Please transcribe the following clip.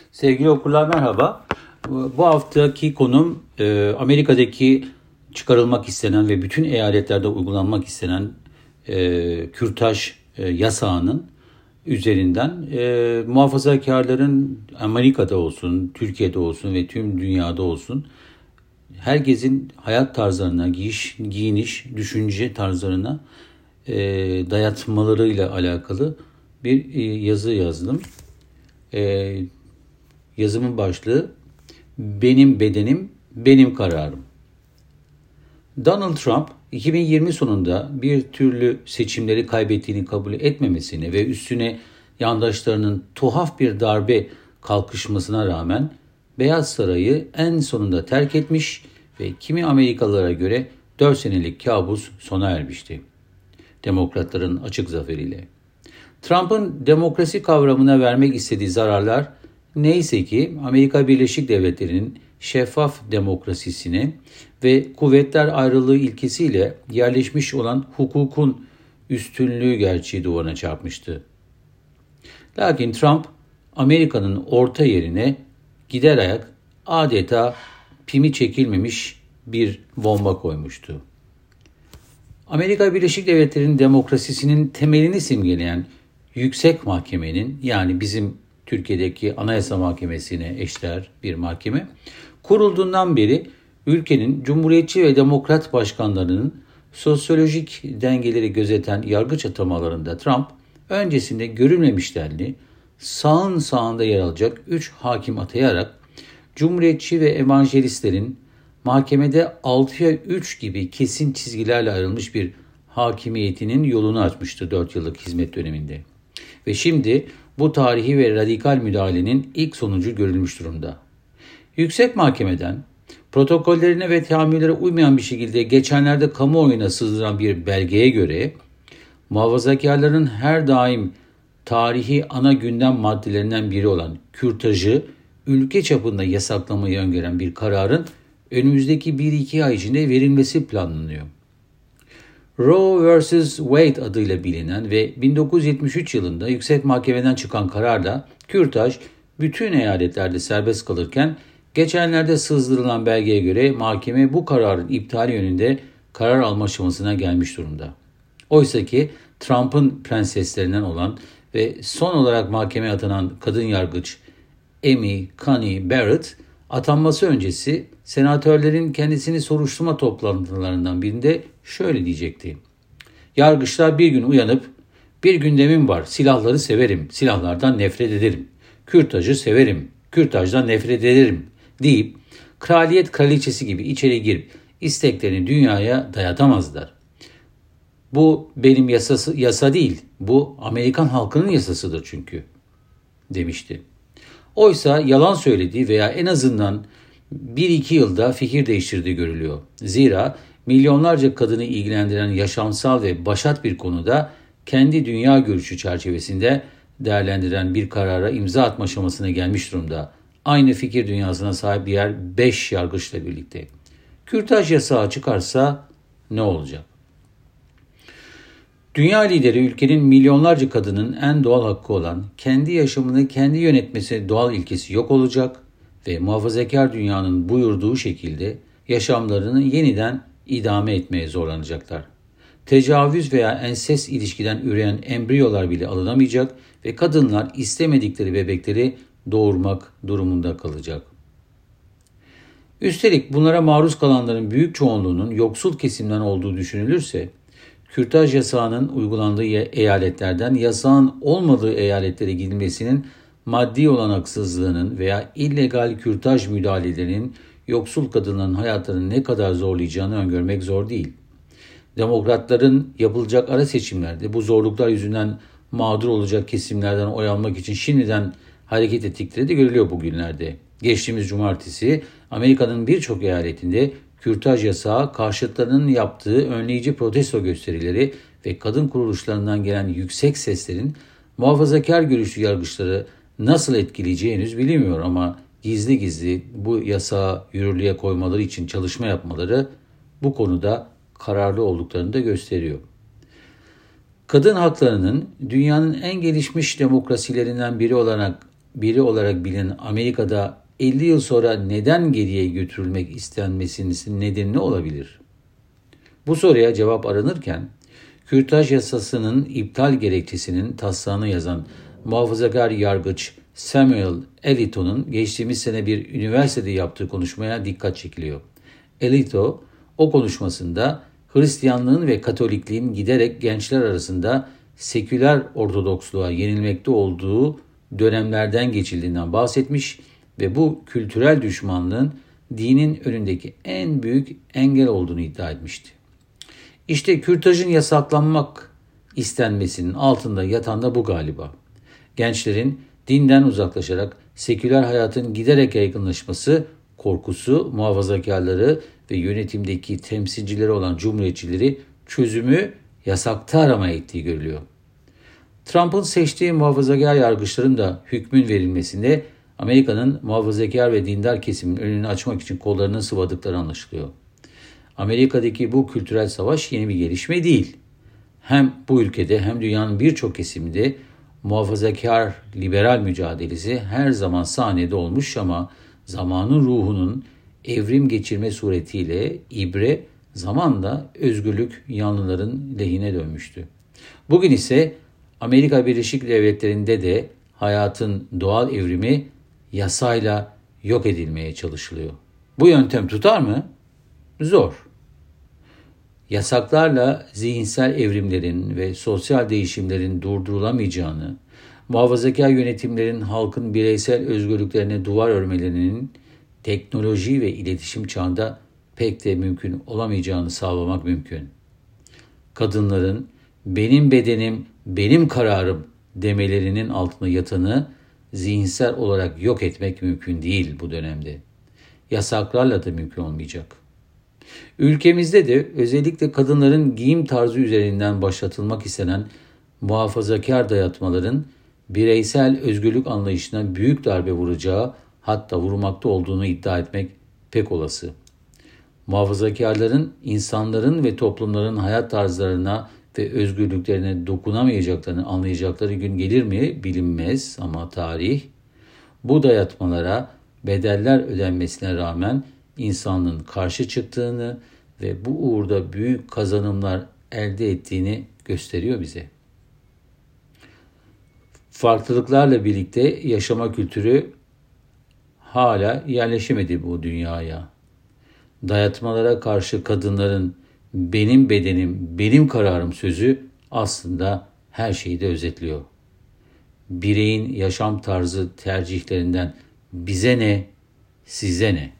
Sevgili okurlar merhaba. Bu haftaki konum Amerika'daki çıkarılmak istenen ve bütün eyaletlerde uygulanmak istenen kürtaj yasağının üzerinden muhafazakarların Amerika'da olsun, Türkiye'de olsun ve tüm dünyada olsun herkesin hayat tarzlarına, giyiniş, düşünce tarzlarına dayatmalarıyla alakalı bir yazı yazdım. Yazımın başlığı "Benim bedenim, benim kararım". Donald Trump, 2020 sonunda bir türlü seçimleri kaybettiğini kabul etmemesine ve üstüne yandaşlarının tuhaf bir darbe kalkışmasına rağmen Beyaz Saray'ı en sonunda terk etmiş ve kimi Amerikalılara göre 4 senelik kabus sona ermişti. Demokratların açık zaferiyle. Trump'ın demokrasi kavramına vermek istediği zararlar neyse ki Amerika Birleşik Devletleri'nin şeffaf demokrasisine ve kuvvetler ayrılığı ilkesiyle yerleşmiş olan hukukun üstünlüğü gerçeği duvarına çarpmıştı. Lakin Trump, Amerika'nın orta yerine gider ayak adeta pimi çekilmemiş bir bomba koymuştu. Amerika Birleşik Devletleri'nin demokrasisinin temelini simgeleyen Yüksek Mahkemenin, yani bizim Türkiye'deki Anayasa Mahkemesi'ne eşdeğer bir mahkeme, kurulduğundan beri ülkenin cumhuriyetçi ve demokrat başkanlarının sosyolojik dengeleri gözeten yargıç atamalarında Trump, öncesinde görülmemiş denli sağın sağında yer alacak 3 hakim atayarak cumhuriyetçi ve evangelistlerin mahkemede 6'ya 3 gibi kesin çizgilerle ayrılmış bir hakimiyetinin yolunu açmıştı 4 yıllık hizmet döneminde. Ve şimdi bu tarihi ve radikal müdahalenin ilk sonucu görülmüş durumda. Yüksek Mahkemeden protokollerine ve teamüllere uymayan bir şekilde geçenlerde kamuoyuna sızdıran bir belgeye göre muhafazakarların her daim tarihi ana gündem maddelerinden biri olan kürtajı ülke çapında yasaklamayı öngören bir kararın önümüzdeki 1-2 ay içinde verilmesi planlanıyor. Roe vs. Wade adıyla bilinen ve 1973 yılında Yüksek Mahkeme'den çıkan kararla kürtaj bütün eyaletlerde serbest kalırken geçenlerde sızdırılan belgeye göre mahkeme bu kararın iptali yönünde karar alma aşamasına gelmiş durumda. Oysa ki Trump'ın prenseslerinden olan ve son olarak mahkemeye atanan kadın yargıç Amy Coney Barrett, atanması öncesi senatörlerin kendisini soruşturma toplantılarından birinde şöyle diyecekti. Yargıçlar bir gün uyanıp bir gündemim var, silahları severim, silahlardan nefret ederim, kürtajı severim, kürtajdan nefret ederim deyip kraliyet kraliçesi gibi içeri girip isteklerini dünyaya dayatamazlar. Bu benim yasa değil, bu Amerikan halkının yasasıdır çünkü demişti. Oysa yalan söylediği veya en azından 1-2 yılda fikir değiştirdiği görülüyor. Zira milyonlarca kadını ilgilendiren yaşamsal ve başat bir konuda kendi dünya görüşü çerçevesinde değerlendiren bir karara imza atma aşamasına gelmiş durumda. Aynı fikir dünyasına sahip diğer 5 yargıçla birlikte. Kürtaj yasağı çıkarsa ne olacak? Dünya lideri ülkenin milyonlarca kadının en doğal hakkı olan kendi yaşamını kendi yönetmesi doğal ilkesi yok olacak ve muhafazakar dünyanın buyurduğu şekilde yaşamlarını yeniden idame etmeye zorlanacaklar. Tecavüz veya ensest ilişkiden üreyen embriyolar bile alınamayacak ve kadınlar istemedikleri bebekleri doğurmak durumunda kalacak. Üstelik bunlara maruz kalanların büyük çoğunluğunun yoksul kesimden olduğu düşünülürse, kürtaj yasağının uygulandığı eyaletlerden yasağın olmadığı eyaletlere gidilmesinin maddi olanaksızlığının veya illegal kürtaj müdahalelerinin yoksul kadınların hayatlarını ne kadar zorlayacağını öngörmek zor değil. Demokratların yapılacak ara seçimlerde bu zorluklar yüzünden mağdur olacak kesimlerden oy almak için şimdiden hareket ettikleri de görülüyor bugünlerde. Geçtiğimiz cumartesi Amerika'nın birçok eyaletinde kürtaj yasağı karşıtlarının yaptığı önleyici protesto gösterileri ve kadın kuruluşlarından gelen yüksek seslerin muhafazakar görüşlü yargıçları nasıl etkileyeceği henüz bilinmiyor ama gizli gizli bu yasağı yürürlüğe koymaları için çalışma yapmaları bu konuda kararlı olduklarını da gösteriyor. Kadın haklarının dünyanın en gelişmiş demokrasilerinden biri olarak biri olarak bilinen Amerika'da 50 yıl sonra neden geriye götürülmek istenmesinin nedeni ne olabilir? Bu soruya cevap aranırken Kürtaj yasasının iptal gerekçesinin taslağını yazan muhafazakar yargıç Samuel Alito'nun geçtiğimiz sene bir üniversitede yaptığı konuşmaya dikkat çekiliyor. Alito o konuşmasında Hristiyanlığın ve Katolikliğin giderek gençler arasında seküler Ortodoksluğa yenilmekte olduğu dönemlerden geçildiğinden bahsetmiş ve bu kültürel düşmanlığın dinin önündeki en büyük engel olduğunu iddia etmişti. İşte kürtajın yasaklanmak istenmesinin altında yatan da bu galiba. Gençlerin dinden uzaklaşarak seküler hayatın giderek yaygınlaşması korkusu muhafazakarları ve yönetimdeki temsilcileri olan cumhuriyetçileri çözümü yasakta aramaya ittiği görülüyor. Trump'ın seçtiği muhafazakar yargıçların da hükmün verilmesinde Amerika'nın muhafazakar ve dindar kesimin önünü açmak için kollarını sıvadıkları anlaşılıyor. Amerika'daki bu kültürel savaş yeni bir gelişme değil. Hem bu ülkede hem dünyanın birçok kesiminde muhafazakar liberal mücadelesi her zaman sahnede olmuş ama zamanın ruhunun evrim geçirme suretiyle ibre zamanla özgürlük yanlıların lehine dönmüştü. Bugün ise Amerika Birleşik Devletleri'nde de hayatın doğal evrimi yasayla yok edilmeye çalışılıyor. Bu yöntem tutar mı? Zor. Yasaklarla zihinsel evrimlerin ve sosyal değişimlerin durdurulamayacağını, muhafazakar yönetimlerin halkın bireysel özgürlüklerine duvar örmelerinin teknoloji ve iletişim çağında pek de mümkün olamayacağını sağlamak mümkün. Kadınların benim bedenim, benim kararım demelerinin altına yatanı zihinsel olarak yok etmek mümkün değil bu dönemde. Yasaklarla da mümkün olmayacak. Ülkemizde de özellikle kadınların giyim tarzı üzerinden başlatılmak istenen muhafazakar dayatmaların bireysel özgürlük anlayışına büyük darbe vuracağı, hatta vurmakta olduğunu iddia etmek pek olası. Muhafazakarların insanların ve toplumların hayat tarzlarına ve özgürlüklerine dokunamayacaklarını anlayacakları gün gelir mi bilinmez ama tarih bu dayatmalara bedeller ödenmesine rağmen insanlığın karşı çıktığını ve bu uğurda büyük kazanımlar elde ettiğini gösteriyor bize. Farklılıklarla birlikte yaşama kültürü hala yerleşemedi bu dünyaya. Dayatmalara karşı kadınların benim bedenim, benim kararım sözü aslında her şeyi de özetliyor. Bireyin yaşam tarzı tercihlerinden bize ne, size ne?